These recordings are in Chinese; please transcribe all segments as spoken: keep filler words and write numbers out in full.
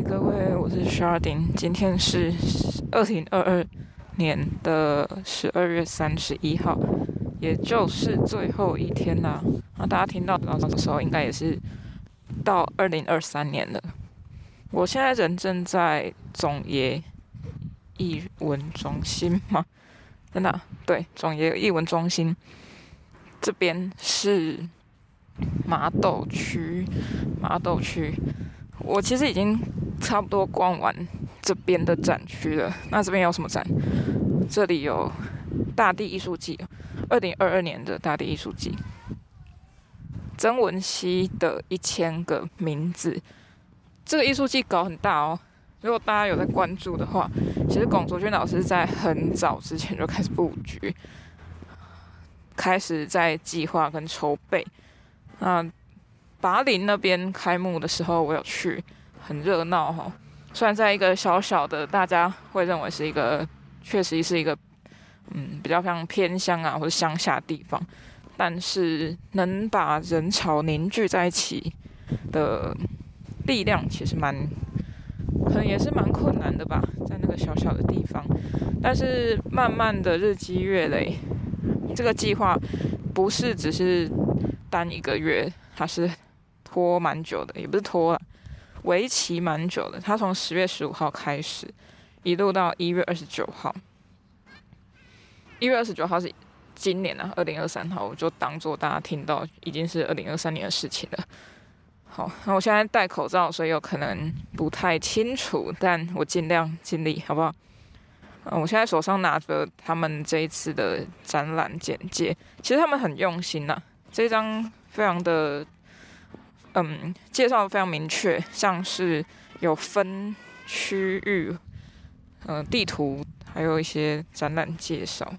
嗨，各位，我是 Sharding，今天是二零二二年的十二月三十一号，也就是最后一天啦。那大家听到的时候，应该也是到二零二三年了。我现在人正在总爷艺文中心嘛，真的、啊、对，总爷艺文中心这边是麻豆区，麻豆区。我其实已经差不多逛完这边的展区了。那这边有什么展？这里有大地艺术季，二零二二年的大地艺术季，曾文熙的一千个名字。这个艺术季搞很大哦。如果大家有在关注的话，其实龚卓君老师在很早之前就开始布局，开始在计划跟筹备。那巴林那边开幕的时候，我有去，很热闹哈。虽然在一个小小的，大家会认为是一个，确实是一个，嗯，比较像偏乡啊或者乡下地方，但是能把人潮凝聚在一起的力量，其实蛮，可能也是蛮困难的吧，在那个小小的地方。但是慢慢的日积月累，这个计划不是只是单一个月，它是拖蛮久的，也不是拖了，为期蛮久的。它从十月十五号开始，一路到一月二十九号。一月二十九号是今年啊，二零二三号，我就当做大家听到已经是二零二三年的事情了。好，那我现在戴口罩，所以有可能不太清楚，但我尽量尽力，好不好？嗯，我现在手上拿着他们这一次的展览简介，其实他们很用心呐、啊，这张非常的。嗯，介绍非常明确，像是有分区域、呃地图，还有一些展览介绍。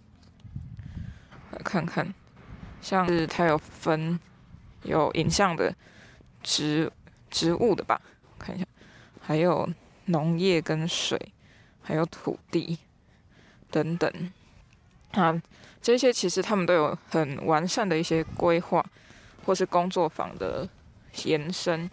来看看，像是它有分有影像的植植物的吧，看一下，还有农业跟水，还有土地等等。啊，这些其实他们都有很完善的一些规划，或是工作坊的延伸。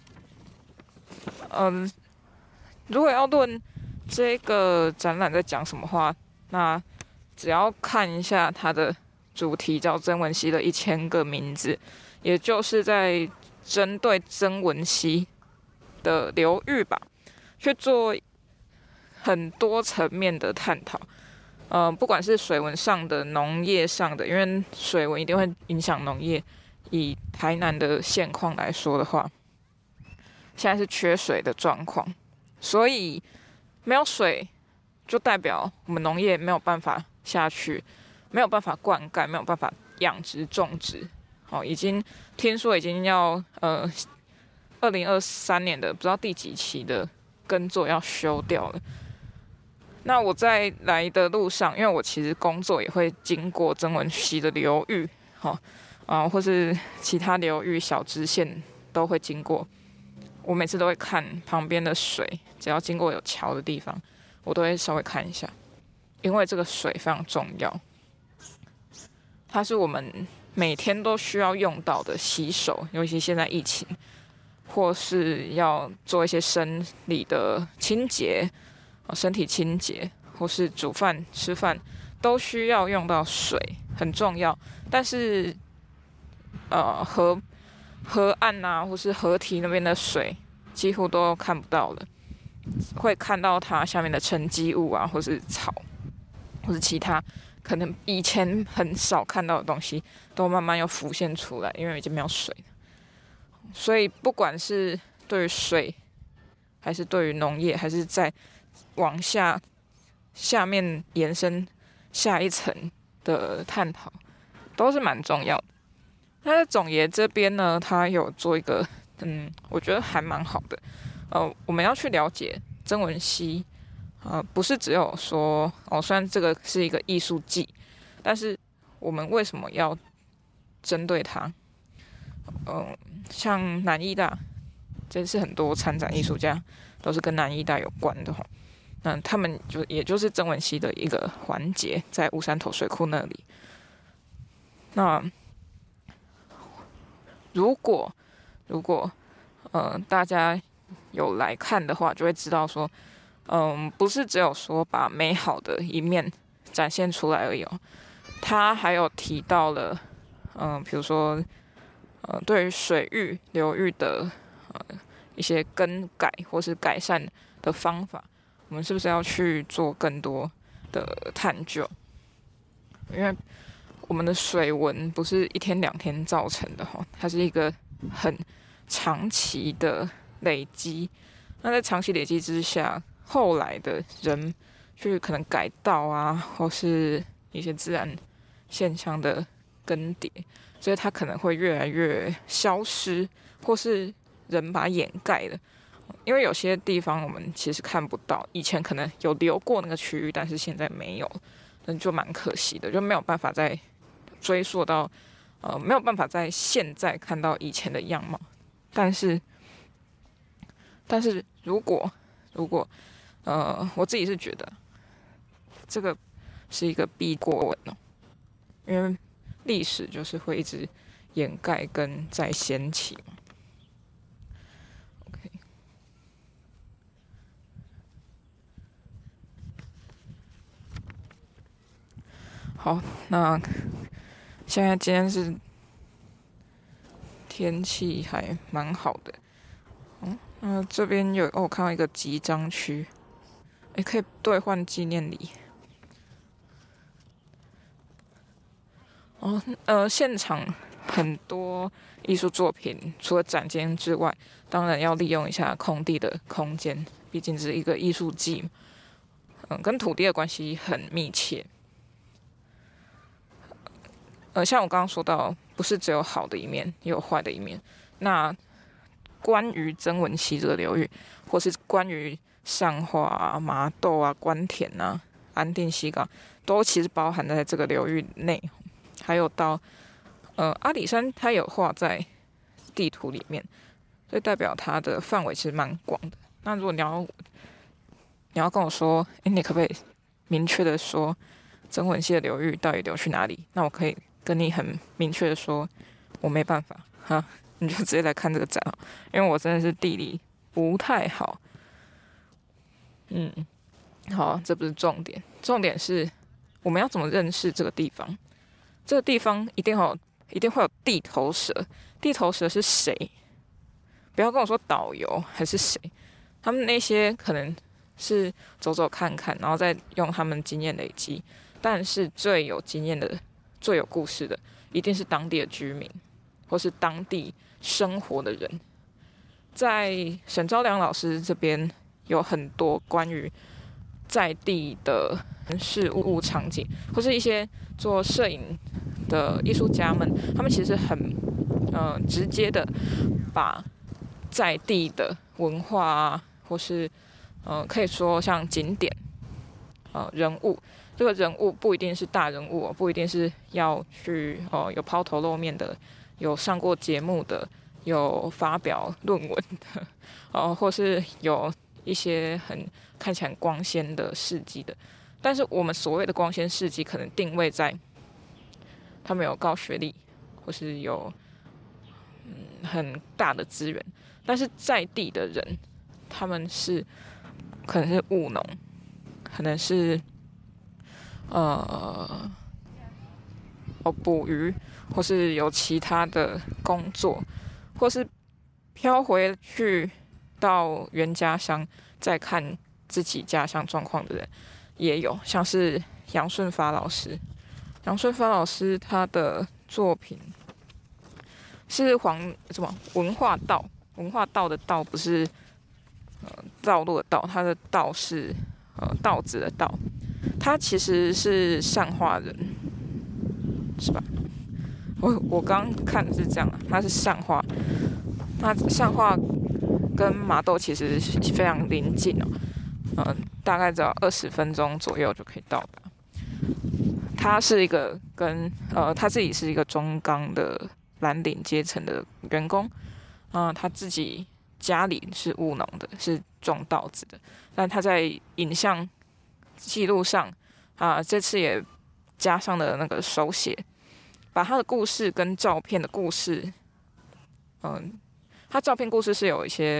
嗯，如果要论这个展览在讲什么话，那只要看一下它的主题叫曾文熙的一千个名字，也就是在针对曾文熙的流域吧，去做很多层面的探讨。呃，不管是水文上的、农业上的，因为水文一定会影响农业。以台南的现况来说的话，现在是缺水的状况，所以没有水就代表我们农业没有办法下去，没有办法灌溉，没有办法养殖种植。哦，已经听说已经要呃，二零二三年的不知道第几期的耕作要休掉了。那我在来的路上，因为我其实工作也会经过曾文熙的流域，哦。啊，或是其他流域小支线都会经过，我每次都会看旁边的水，只要经过有桥的地方，我都会稍微看一下，因为这个水非常重要，它是我们每天都需要用到的洗手，尤其现在疫情，或是要做一些生理的清洁，身体清洁，或是煮饭、吃饭，都需要用到水，很重要，但是。呃，河河岸啊，或是河堤那边的水，几乎都看不到了。会看到它下面的沉积物啊，或是草，或是其他可能以前很少看到的东西，都慢慢又浮现出来，因为已经没有水了。所以，不管是对于水，还是对于农业，还是在往下下面延伸下一层的探讨，都是蛮重要的。那在总爷这边呢，他有做一个，嗯，我觉得还蛮好的。呃，我们要去了解曾文熙，呃，不是只有说，哦，虽然这个是一个艺术季，但是我们为什么要针对他？嗯、呃，像南艺大，这是很多参展艺术家都是跟南艺大有关的哈。那他们就也就是曾文熙的一个环节，在乌山头水库那里。那如果如果呃大家有来看的话，就会知道说，嗯，不是只有说把美好的一面展现出来而已哦。他还有提到了，嗯，比如说，呃，对于水域流域的呃一些更改或是改善的方法，我们是不是要去做更多的探究？因为我们的水文不是一天两天造成的哈，它是一个很长期的累积。那在长期累积之下，后来的人去可能改道啊，或是一些自然现象的更迭，所以它可能会越来越消失，或是人把它掩盖了。因为有些地方我们其实看不到，以前可能有流过那个区域，但是现在没有，那就蛮可惜的，就没有办法再追溯到，呃，没有办法在现在看到以前的样貌。但是，但是如果如果呃，我自己是觉得这个是一个必过文哦，因为历史就是会一直掩盖跟再掀起嘛。OK， 好，那现在今天是天气还蛮好的，嗯，那这边有哦，我看到一个集章区，也可以兑换纪念礼。哦，呃，现场很多艺术作品，除了展间之外，当然要利用一下空地的空间，毕竟是一个艺术季，嗯，跟土地的关系很密切。呃，像我刚刚说到，不是只有好的一面，也有坏的一面。那关于曾文溪这个流域，或是关于上化啊、麻豆啊、关田啊、安定西港，都其实包含在这个流域内。还有到呃阿里山，它有画在地图里面，所以代表它的范围其实蛮广的。那如果你要你要跟我说，哎，你可不可以明确的说曾文溪的流域到底流去哪里？那我可以跟你很明确的说，我没办法哈，你就直接来看这个展，因为我真的是地理不太好。嗯，好，这不是重点，重点是我们要怎么认识这个地方。这个地方一定有，一定会有地头蛇。地头蛇是谁？不要跟我说导游还是谁，他们那些可能是走走看看，然后再用他们经验累积。但是最有经验的、最有故事的，一定是当地的居民，或是当地生活的人。在沈昭良老师这边有很多关于在地的事物场景，或是一些做摄影的艺术家们，他们其实很呃直接的把在地的文化啊，或是呃可以说像景点呃人物，这个人物不一定是大人物、哦，不一定是要去哦、呃、有抛头露面的，有上过节目的，有发表论文的，哦、呃、或是有一些很看起来很光鲜的事迹的。但是我们所谓的光鲜事迹，可能定位在他们有高学历，或是有嗯很大的资源，但是在地的人，他们是可能是务农，可能是呃哦捕鱼，或是有其他的工作，或是飘回去到原家乡再看自己家乡状况的人也有，像是杨顺发老师。杨顺发老师他的作品是黄什么文化道，文化道的道不是呃道路的道，他的道是呃稻子的稻。他其实是善化人，是吧？我我刚看的是这样啊，他是善化，那善化跟麻豆其实非常临近哦，呃，大概只要二十分钟左右就可以到达。他是一个跟呃他自己是一个中钢的蓝领阶层的员工，啊、呃，他自己家里是务农的，是种稻子的，但他在影像记录上啊、呃，这次也加上了那个手写，把他的故事跟照片的故事，嗯、呃，他照片故事是有一些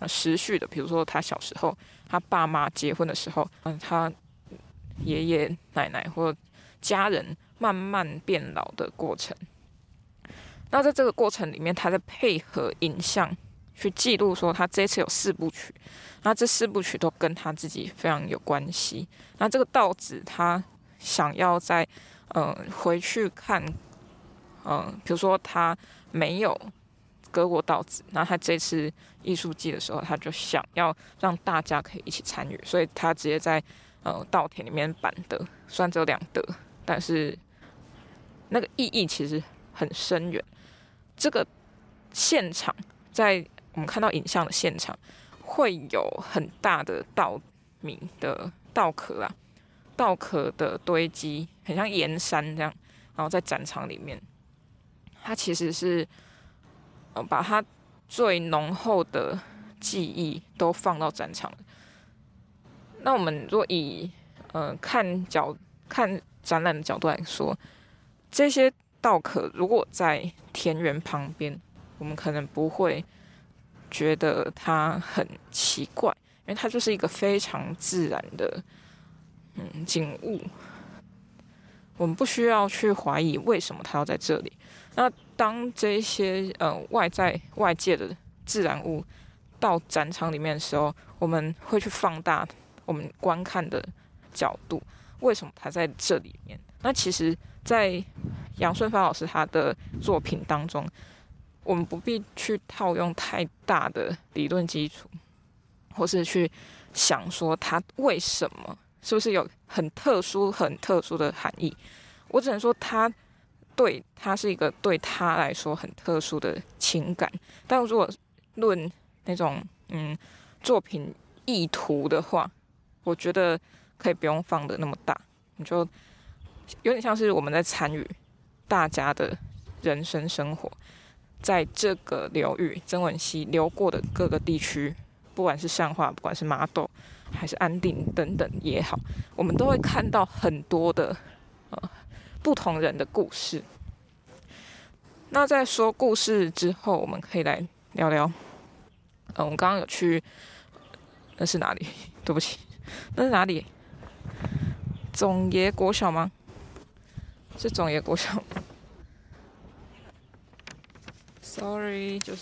时序的，比如说他小时候，他爸妈结婚的时候，嗯，他爷爷奶奶或家人慢慢变老的过程。那在这个过程里面，他在配合影像去记录说他这次有四部曲，那这四部曲都跟他自己非常有关系。那这个稻子他想要在呃回去看，呃，比如说他没有割过稻子，那他这次艺术季的时候，他就想要让大家可以一起参与，所以他直接在呃稻田里面板的，虽然只有两得，但是那个意义其实很深远。这个现场，在我们看到影像的现场，会有很大的稻米的稻壳啊，稻壳的堆积，很像岩山这样，然后在展场里面，它其实是呃把它最浓厚的记忆都放到展场了。那我们若以呃看角看展览的角度来说，这些稻壳如果在田园旁边，我们可能不会觉得它很奇怪，因为它就是一个非常自然的嗯景物，我们不需要去怀疑为什么它要在这里。那当这些呃外在外界的自然物到展场里面的时候，我们会去放大我们观看的角度，为什么它在这里面？那其实，在杨顺发老师他的作品当中，我们不必去套用太大的理论基础，或是去想说他为什么，是不是有很特殊、很特殊的含义？我只能说他对他是一个对他来说很特殊的情感。但如果论那种嗯作品意图的话，我觉得可以不用放的那么大，你就有点像是我们在参与大家的人生生活，在这个流域曾文溪流过的各个地区，不管是善化，不管是麻豆，还是安定等等也好，我们都会看到很多的呃不同人的故事。那在说故事之后，我们可以来聊聊，呃，我们刚刚有去，那是哪里？对不起，那是哪里？总爷国小吗？是总爷国小。Sorry， 就是，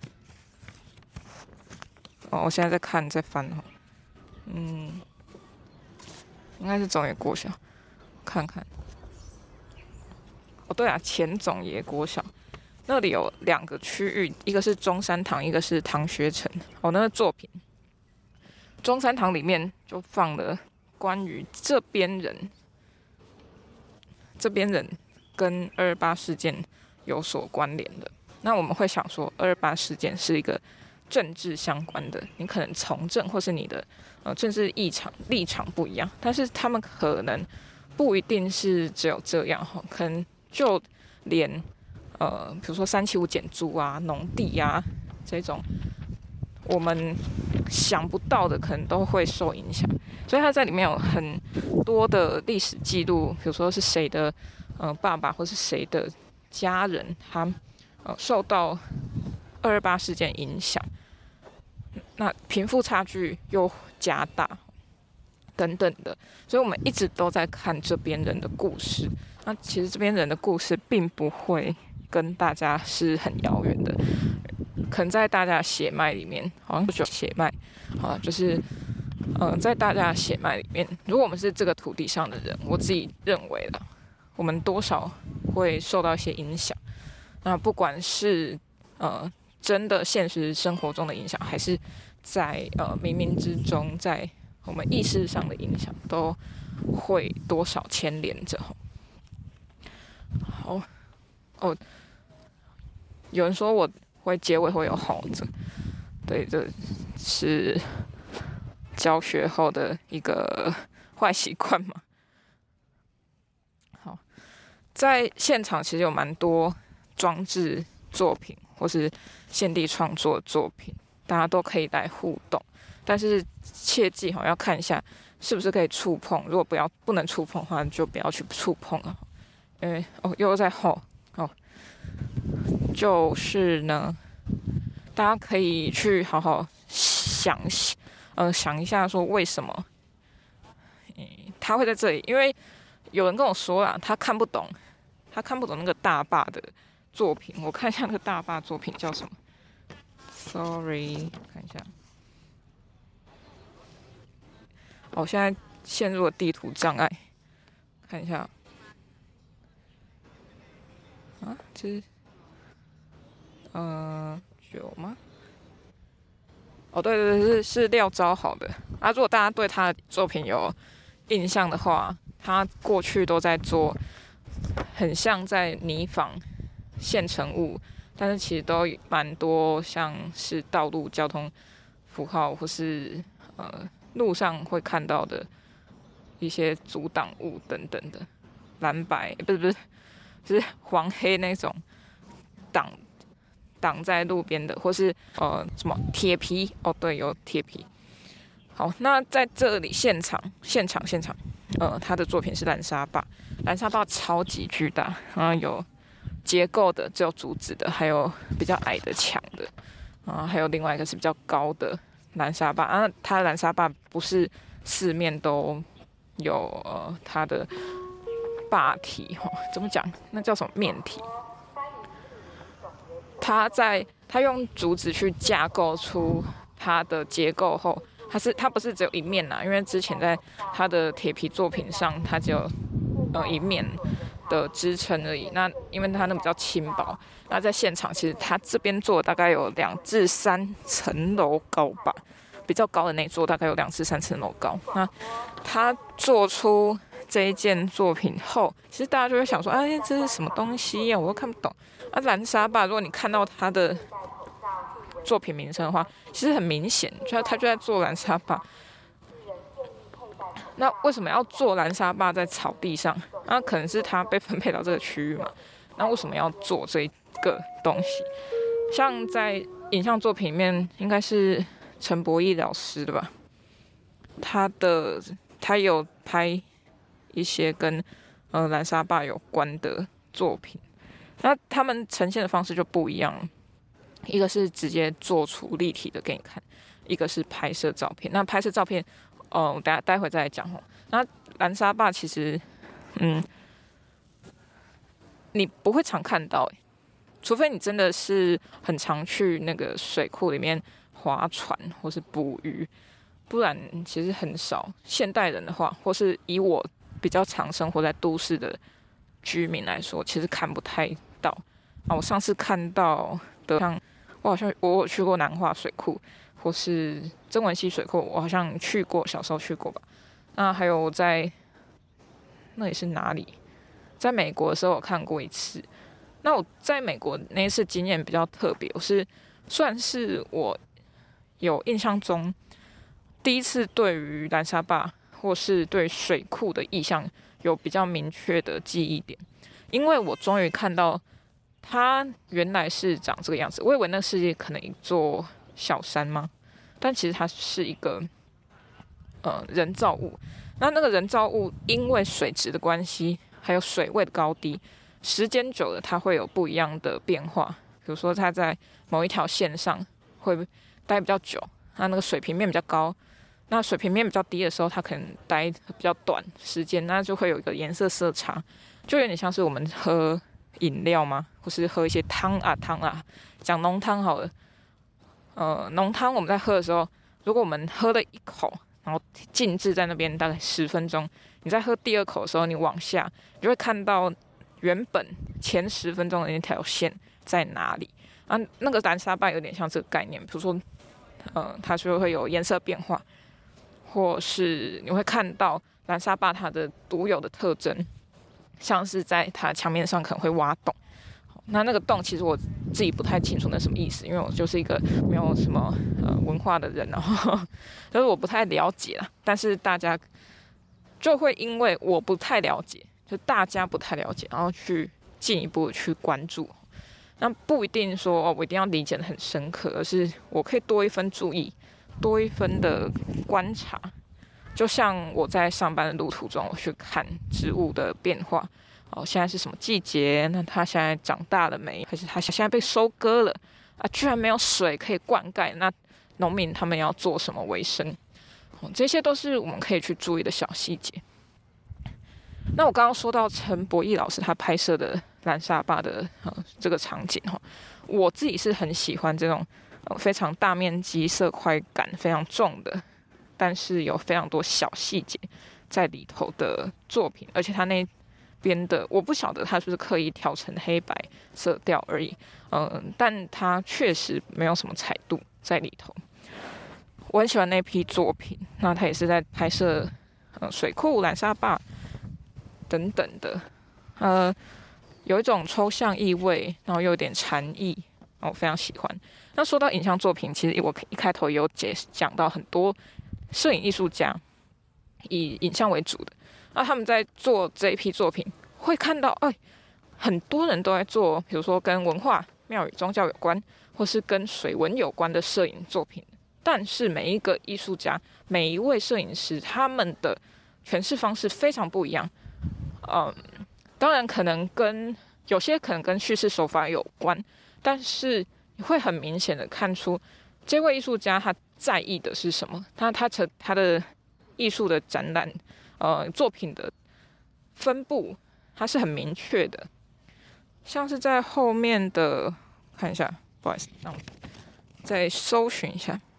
哦，我现在在看，在翻哦，嗯，应该是总爷国小，看看。哦，对啊，前总爷国小那里有两个区域，一个是中山堂，一个是唐学城。哦，那个作品，中山堂里面就放了关于这边人，这边人跟二二八事件有所关联的。那我们会想说，二二八事件是一个政治相关的，你可能从政或是你的呃政治立场立场不一样，但是他们可能不一定是只有这样哈，可能就连呃比如说三七五减租啊、农地啊这种我们想不到的，可能都会受影响。所以它在里面有很多的历史记录，比如说是谁的呃爸爸或是谁的家人，他呃受到二二八事件影响，那贫富差距又加大等等的，所以我们一直都在看这边人的故事。那其实这边人的故事并不会跟大家是很遥远的，可能在大家的血脉里面，好像就血脉，啊，就是呃，在大家的血脉里面，如果我们是这个土地上的人，我自己认为啦，我们多少会受到一些影响。那不管是呃真的现实生活中的影响，还是在呃冥冥之中，在我们意识上的影响，都会多少牵连着。好，哦，有人说我会结尾会有吼着，对，这是教学后的一个坏习惯嘛。好，在现场其实有蛮多装置作品或是现地创作的作品，大家都可以来互动，但是切记好要看一下是不是可以触碰，如果不要不能触碰的话，就不要去触碰了。因为哦又在吼哦，就是呢，大家可以去好好想，呃，想一下说为什么，嗯，他会在这里？因为有人跟我说啦，他看不懂，他看不懂那个大坝的作品。我看一下那个大坝作品叫什么 ？Sorry， 看一下。我、哦、现在陷入了地图障碍，看一下。啊，这是呃九吗？哦，对对对，是是廖昭豪的。啊，如果大家对他的作品有印象的话，他过去都在做很像在拟仿现成物，但是其实都蛮多像是道路交通符号或是呃路上会看到的一些阻挡物等等的蓝白，不是不是，就是黄黑那种挡挡在路边的，或是呃什么铁皮哦，对，有铁皮。好，那在这里现场现场现场，呃，他的作品是蓝沙坝，蓝沙坝超级巨大，然后有结构的，只有竹子的，还有比较矮的墙的，啊，还有另外一个是比较高的蓝沙坝。啊，它的蓝沙坝不是四面都有呃它的坝体哈、哦，怎么讲？那叫什么面体？它在它用竹子去架构出它的结构后。它是它不是只有一面啦，因为之前在它的铁皮作品上，它只有呃一面的支撑而已。那因为它那比较轻薄，那在现场其实它这边做大概有两至三层楼高吧，比较高的那座大概有两至三层楼高。那它做出这一件作品后，其实大家就会想说，哎，这是什么东西呀、啊？我都看不懂。啊，蓝沙坝，如果你看到它的作品名称的话，其实很明显，就他就在做蓝沙坝。那为什么要做蓝沙坝在草地上？那可能是他被分配到这个区域嘛。那为什么要做这个东西？像在影像作品里面，应该是陈柏毅老师的吧？他的他有拍一些跟呃蓝沙坝有关的作品，那他们呈现的方式就不一样了。一个是直接做出立体的给你看，一个是拍摄照片。那拍摄照片，哦，我等下待会再来讲哦。那蓝沙坝其实，嗯，你不会常看到，除非你真的是很常去那个水库里面划船或是捕鱼，不然其实很少。现代人的话，或是以我比较常生活在都市的居民来说，其实看不太到。啊，我上次看到的像。我好像我有去过南化水库，或是曾文溪水库，我好像去过，小时候去过吧。那还有我在那里是哪里？在美国的时候我看过一次。那我在美国那一次经验比较特别，我是算是我有印象中第一次对于蓝沙坝或是对水库的意象有比较明确的记忆点，因为我终于看到。它原来是长这个样子，我以为那是可能一座小山吗？但其实它是一个呃人造物。那那个人造物因为水质的关系，还有水位的高低，时间久了它会有不一样的变化。比如说它在某一条线上会待比较久，它那个水平面比较高，那水平面比较低的时候，它可能待比较短时间，那就会有一个颜色色差，就有点像是我们喝。饮料吗？或是喝一些汤啊汤啊，讲浓汤好了。呃，浓汤我们在喝的时候，如果我们喝了一口，然后静置在那边大概十分钟，你在喝第二口的时候，你往下，你就会看到原本前十分钟的那条线在哪里啊？那个蓝沙坝有点像这个概念，比如说，呃，它就会有颜色变化，或是你会看到蓝沙坝它的独有的特征。像是在它墙面上可能会挖洞，那那个洞其实我自己不太清楚那什么意思，因为我就是一个没有什么呃文化的人，然后所以我不太了解啦。但是大家就会因为我不太了解，就大家不太了解，然后去进一步去关注。那不一定说哦，我一定要理解得很深刻，而是我可以多一分注意，多一分的观察。就像我在上班的路途中，我去看植物的变化，哦，现在是什么季节？那它现在长大了没？还是它现在被收割了？啊，居然没有水可以灌溉，那农民他们要做什么为生，哦，这些都是我们可以去注意的小细节。那我刚刚说到陈博义老师他拍摄的蓝沙坝的、呃、这个场景，我自己是很喜欢这种、呃、非常大面积、色块感非常重的，但是有非常多小细节在里头的作品，而且他那边的我不晓得他是不是刻意调成黑白色调而已，呃、但他确实没有什么彩度在里头。我很喜欢那批作品，那他也是在拍摄、呃、水库、蓝沙坝等等的，呃，有一种抽象意味，然后又有点禅意，我非常喜欢。那说到影像作品，其实我一开头有讲到很多摄影艺术家以影像为主的，那他们在做这一批作品，会看到，哎，很多人都在做，比如说跟文化、庙宇、宗教有关，或是跟水文有关的摄影作品。但是每一个艺术家、每一位摄影师，他们的诠释方式非常不一样。嗯，当然可能跟有些可能跟叙事手法有关，但是你会很明显的看出这位艺术家他在意的是什么，他他他的艺术的展览，呃，作品的分布，它是很明确的。像是在后面的看一下，不好意思，让我再搜寻一下。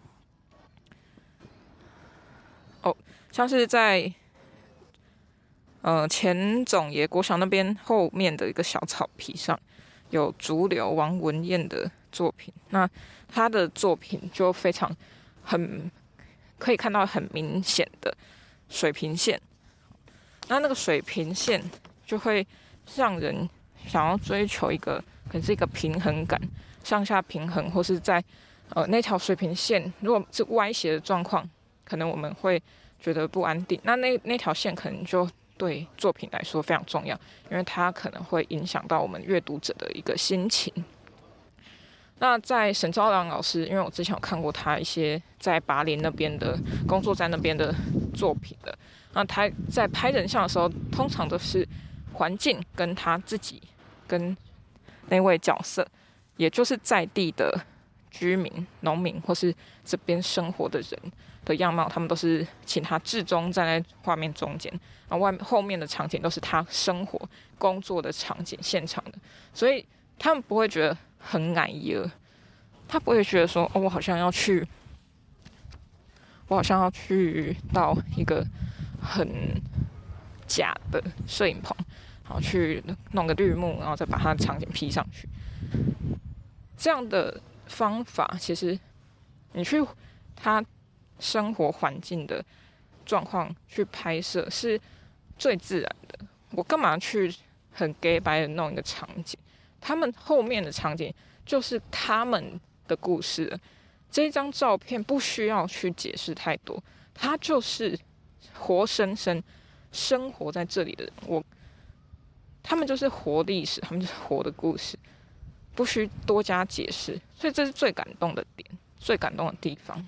哦，像是在。呃，前总爷国小那边后面的一个小草皮上，有竹流王文彦的作品。那他的作品就非常很可以看到很明显的水平线。那那个水平线就会让人想要追求一个可能是一个平衡感，上下平衡，或是在呃那条水平线如果是歪斜的状况，可能我们会觉得不安定。那那那条线可能就对作品来说非常重要，因为它可能会影响到我们阅读者的一个心情。那在沈昭良老师，因为我之前有看过他一些在巴林那边的工作站那边的作品的，那他在拍人像的时候，通常都是环境跟他自己跟那位角色，也就是在地的居民、农民或是这边生活的人的样貌，他们都是请他至中站在画面中间，然后外面后面的场景都是他生活工作的场景现场的，所以他们不会觉得很矮耶，他不会觉得说哦，我好像要去，我好像要去到一个很假的摄影棚，然后去弄个绿幕，然后再把他的场景 P 上去。这样的方法，其实你去他生活环境的状况去拍摄是最自然的。我干嘛去很 gay 白的弄一个场景？他们后面的场景就是他们的故事了。这一张照片不需要去解释太多，它就是活生生生活在这里的人。我，他们就是活历史，他们就是活的故事，不需多加解释。所以这是最感动的点，最感动的地方。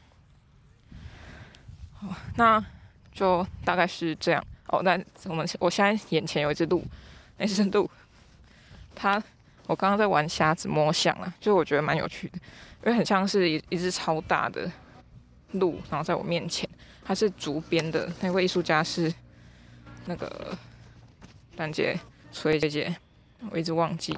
好，那就大概是这样。哦，那我们我现在眼前有一只鹿，那只鹿，它我刚刚在玩瞎子摸象啦，就我觉得蛮有趣的，因为很像是一一只超大的鹿，然后在我面前，它是竹编的，那位艺术家是那个丹姐、崔姐姐，我一直忘记。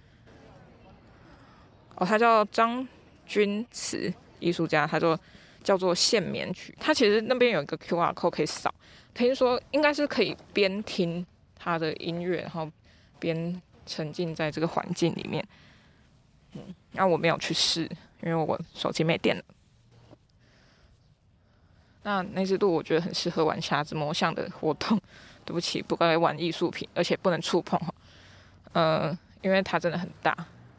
哦，他叫张君慈艺术家，他就叫做限眠曲。他其实那边有一个 Q R code 可以扫，听说应该是可以边听他的音乐，然后边沉浸在这个环境里面。嗯，那、啊、我没有去试，因为我手机没电了。那那只鹿我觉得很适合玩瞎子摸象的活动。对不起，不该玩艺术品，而且不能触碰。呃，因为它真的很大。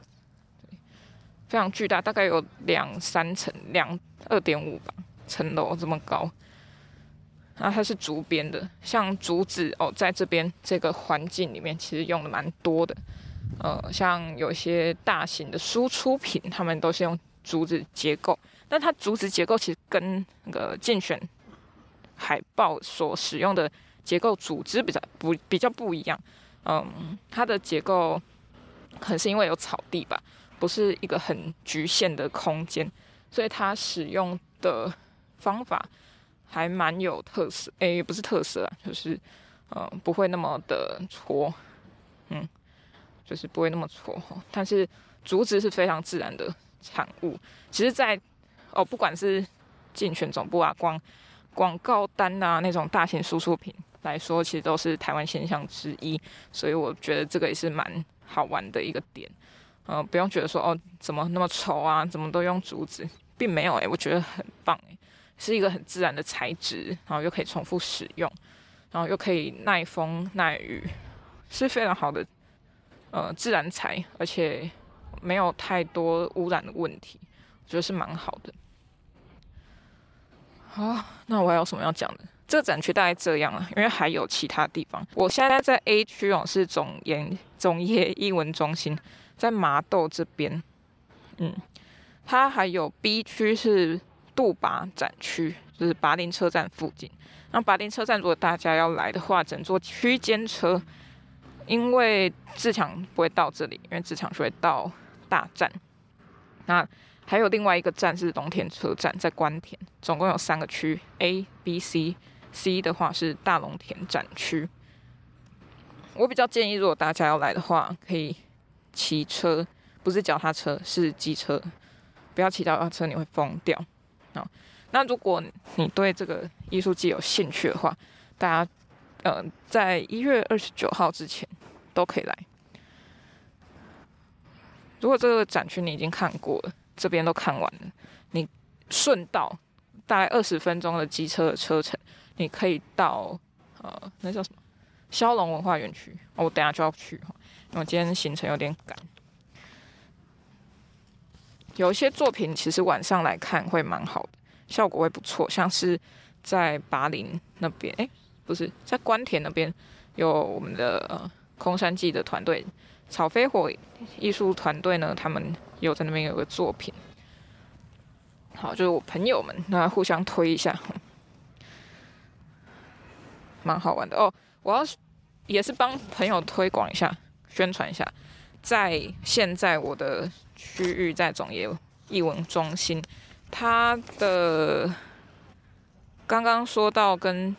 非常巨大，大概有两三层，两二点五吧层楼这么高。然后它是竹编的，像竹子哦，在这边这个环境里面，其实用的蛮多的。呃，像有一些大型的输出品，他们都是用竹子结构，但它竹子结构其实跟那个竞选海报所使用的结构组织比较不比较不一样。嗯，它的结构可能是因为有草地吧。不是一个很局限的空间， 所以它使用的方法还蛮有特色，诶，也不是特色啊，就是呃不会那么的戳，嗯，就是不会那么戳，但是竹子是非常自然的产物。其实在，哦，不管是竞选总部啊、广广告单啊那种大型输出品来说，其实都是台湾现象之一，所以我觉得这个也是蛮好玩的一个点。呃，不用觉得说哦怎么那么丑啊，怎么都用竹子，并没有诶、欸，我觉得很棒诶、欸，是一个很自然的材质，然后又可以重复使用，然后又可以耐风耐雨，是非常好的呃自然材，而且没有太多污染的问题，我觉得是蛮好的。好，那我还有什么要讲的？这个展区大概这样了，因为还有其他地方。我现在在 A 区哦，是总研总业艺文中心，在麻豆这边。嗯，它还有 B 区是杜拔展区，就是拔林车站附近。那拔林车站如果大家要来的话，整坐区间车，因为自强不会到这里，因为自强就会到大站。那还有另外一个站是龙田车站，在关田，总共有三个区 A、B、C。C 的话是大龙田展区。我比较建议，如果大家要来的话，可以骑车，不是脚踏车，是机车，不要骑脚踏车，你会疯掉。好，那如果你对这个艺术季有兴趣的话，大家呃在一月二十九号之前都可以来。如果这个展区你已经看过了，这边都看完了，你顺道大概二十分钟的机车的车程，你可以到呃那叫什么骁龙文化园区、哦。我等一下就要去，因为我今天行程有点赶。有一些作品其实晚上来看会蛮好的，效果会不错，像是在拔林那边，哎，不是在关田那边有我们的呃空山记的团队。草飞火艺术团队呢，他们有在那边有个作品，好，就是我朋友们，那互相推一下，蛮好玩的哦。我要也是帮朋友推广一下，宣传一下，在现在我的区域在总业艺文中心，他的刚刚说到跟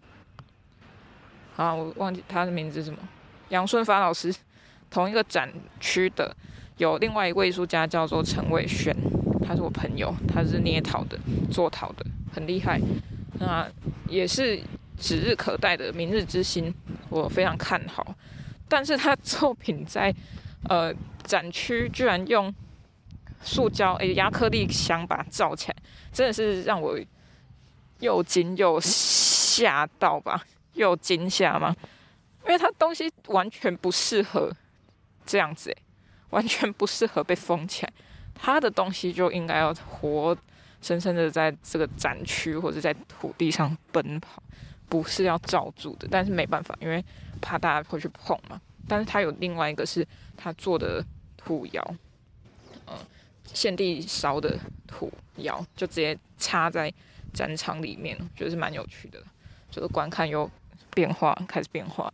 啊，我忘记他的名字是什么，杨顺发老师。同一个展区的有另外一位艺术家叫做陈伟轩，他是我朋友，他是捏陶的、做陶的，很厉害。那也是指日可待的明日之星，我非常看好。但是他作品在呃展区居然用塑胶诶亚克力箱把它罩起来，真的是让我又惊又吓到吧，又惊吓吗？因为它东西完全不适合。这样子、欸、完全不适合被封起来。他的东西就应该要活生生的在这个展区或者在土地上奔跑，不是要罩住的。但是没办法，因为怕大家会去碰嘛。但是他有另外一个是他做的土窑，呃，现地烧的土窑，就直接插在展场里面，觉得是蛮有趣的。就是观看有变化，开始变化。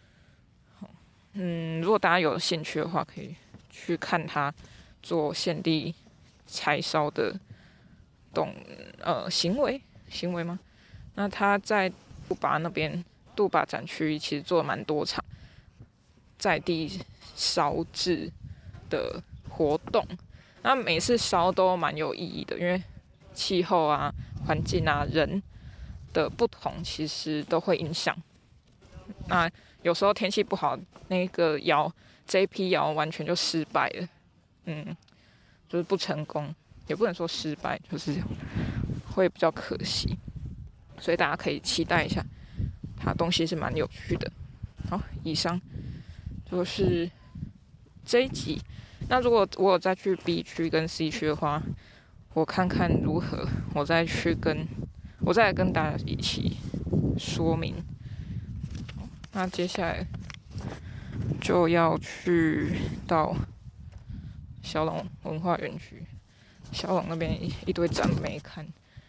嗯，如果大家有兴趣的话，可以去看他做现地柴烧的动呃行为行为吗？那他在杜拔那边杜拔展区其实做了蛮多场在地烧制的活动，那每次烧都蛮有意义的，因为气候啊、环境啊、人的不同，其实都会影响。那有时候天气不好，那个窑这一批窑完全就失败了，嗯，就是不成功，也不能说失败，就是会比较可惜，所以大家可以期待一下，它东西是蛮有趣的。好，以上就是这一集。那如果我有再去 B 区跟 C 区的话，我看看如何，我再去跟我再来跟大家一起说明。那接下来就要去到小龙文化园区，小龙那边一堆展没看，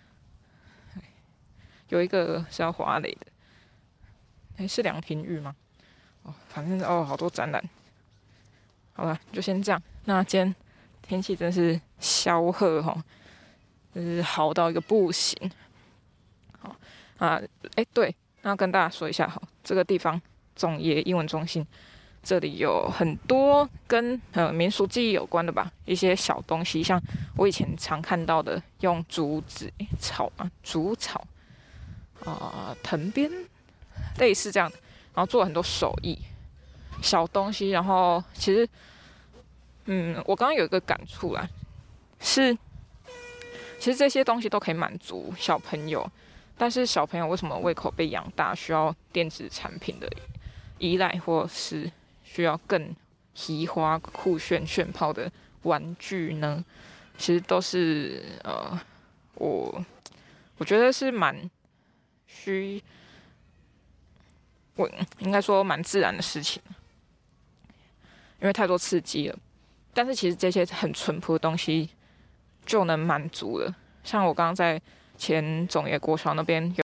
有一个是要滑垒的，哎，是梁廷玉吗？哦，反正哦，好多展览。好了，就先这样。那今天天气真是萧赫哈， 就是好到一个不行。好啊，哎对，那跟大家说一下，好，这个地方总业英文中心。这里有很多跟呃民俗记忆有关的吧，一些小东西，像我以前常看到的，用竹子、草啊、竹草啊、呃、藤编，类似这样的，然后做了很多手艺小东西。然后其实，嗯，我刚刚有一个感触啦，是其实这些东西都可以满足小朋友，但是小朋友为什么胃口被养大，需要电子产品的依赖，或是需要更奇花酷炫炫炮的玩具呢？其实都是呃，我我觉得是蛮需，我应该说蛮自然的事情，因为太多刺激了。但是其实这些很淳朴的东西就能满足了。像我刚刚在前总业国小那边有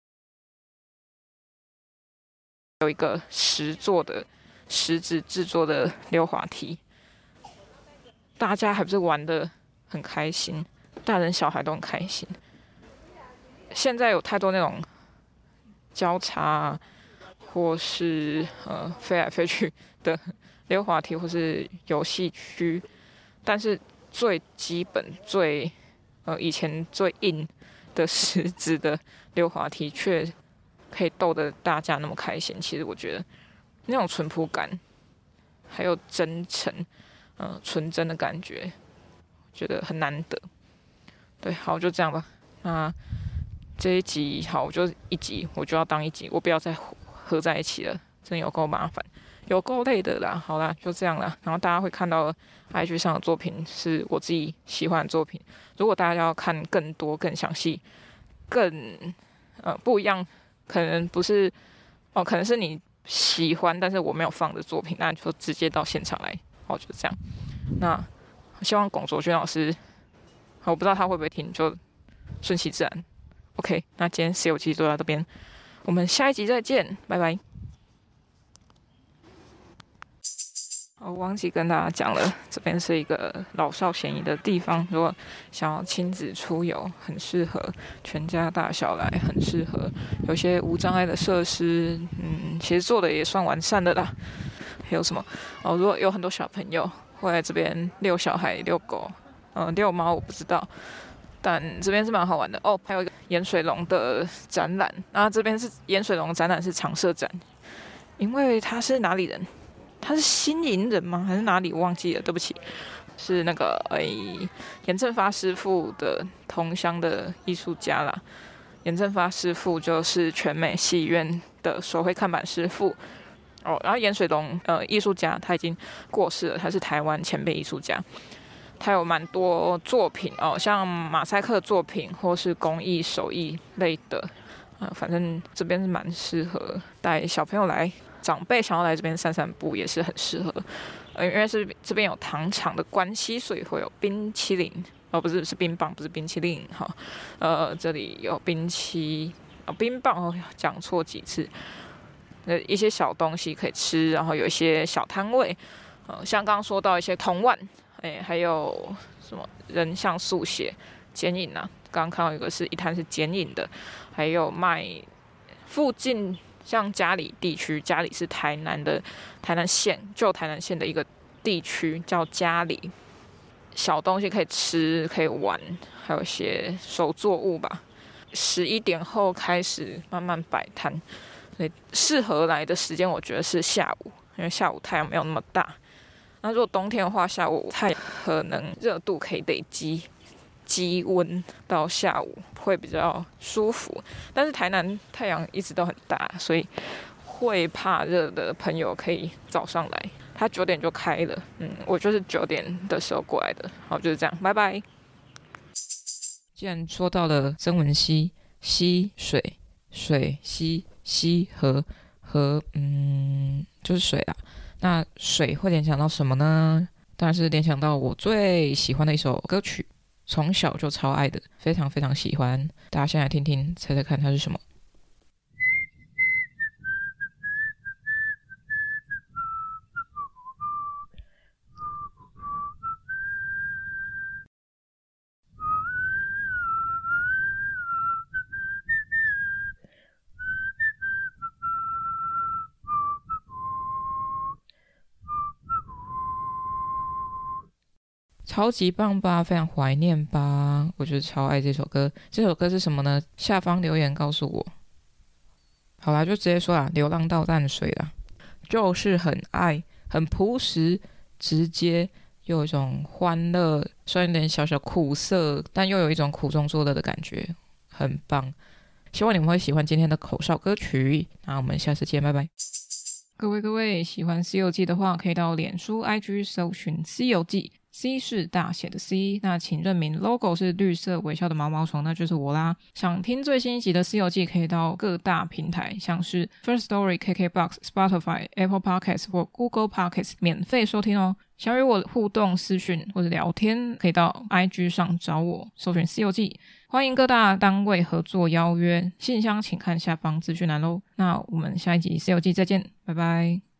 有一个石做的石子制作的溜滑梯，大家还不是玩得很开心，大人小孩都很开心。现在有太多那种交叉或是呃飞来飞去的溜滑梯或是游戏区，但是最基本最呃以前最硬的石子的溜滑梯却可以逗得大家那么开心。其实我觉得那种淳朴感还有真诚呃纯真的感觉，觉得很难得。对，好，就这样吧。那这一集好，我就一集，我就要当一集，我不要再合在一起了，真有够麻烦，有够累的啦。好啦，就这样啦。然后大家会看到 I G 上的作品是我自己喜欢的作品。如果大家要看更多、更详细、更呃不一样，可能不是哦，可能是你喜欢，但是我没有放的作品，那就直接到现场来。好，就这样。那希望龚卓轩老师，我不知道他会不会听，就顺其自然。OK， 那今天《C 友记》就到这边，我们下一集再见，拜拜。我忘记跟大家讲了，这边是一个老少咸宜的地方，如果想要亲子出游，很适合全家大小来，很适合有些无障碍的设施，嗯，其实做的也算完善的啦。还有什么？哦，如果有很多小朋友会来这边遛小孩、遛狗，嗯、呃，遛猫我不知道，但这边是蛮好玩的哦。还有一个盐水龙的展览，那这边是盐水龙展览是常设展，因为他是哪里人？他是新营人吗？还是哪里？我忘记了，对不起。是那个诶，严正发师傅的同乡的艺术家啦。严正发师傅就是全美戏院的手绘看板师傅哦。然后盐水龙呃艺术家他已经过世了，他是台湾前辈艺术家。他有蛮多作品哦，像马赛克作品或是工艺手艺类的，啊、呃，反正这边是蛮适合带小朋友来。长辈想要来这边散散步也是很适合，呃，因为是这边有糖厂的关系，所以会有冰淇淋，哦，不是是冰棒，不是冰淇淋哈，呃，这里有冰淇哦冰棒哦，讲错几次，呃，一些小东西可以吃，然后有一些小摊位，呃，像刚刚说到一些铜碗，哎，还有什么人像速写、剪影啊，刚刚看到一个是一摊是剪影的，还有卖附近。像嘉里地区，嘉里是台南的台南县，旧台南县的一个地区叫嘉里，小东西可以吃，可以玩，还有一些手作物吧。十一点后开始慢慢摆摊，所以适合来的时间我觉得是下午，因为下午太阳没有那么大。那如果冬天的话，下午太阳可能热度可以累积。积温到下午会比较舒服，但是台南太阳一直都很大，所以会怕热的朋友可以早上来，它九点就开了，嗯，我就是九点的时候过来的，好，就是这样，拜拜。既然说到了曾文溪，溪水水溪溪河河，嗯，就是水啦。那水会联想到什么呢？当然是联想到我最喜欢的一首歌曲。从小就超爱的，非常非常喜欢。大家先来听听，猜猜看它是什么？ 超级棒吧，非常怀念吧，我觉得超爱这首歌。这首歌是什么呢？下方留言告诉我。好啦，就直接说啦，流浪到淡水啦，就是很爱，很朴实直接，又有一种欢乐，虽然有点小小苦涩，但又有一种苦中作乐的感觉，很棒。希望你们会喜欢今天的口哨歌曲，那我们下次见，拜拜。各位各位，喜欢《西游记》的话，可以到脸书 I G 搜寻《西游记》， C 是大写的 C， 那请认明 logo 是绿色微笑的毛毛虫，那就是我啦。想听最新一集的《西游记》，可以到各大平台，像是 First Story、K K B O X、Spotify、Apple Podcasts 或 Google Podcasts 免费收听哦。想与我互动私讯或者聊天，可以到 I G 上找我，搜寻《西游记》。欢迎各大单位合作邀约，信箱请看下方资讯栏咯。那我们下一集《西游记》再见，拜拜。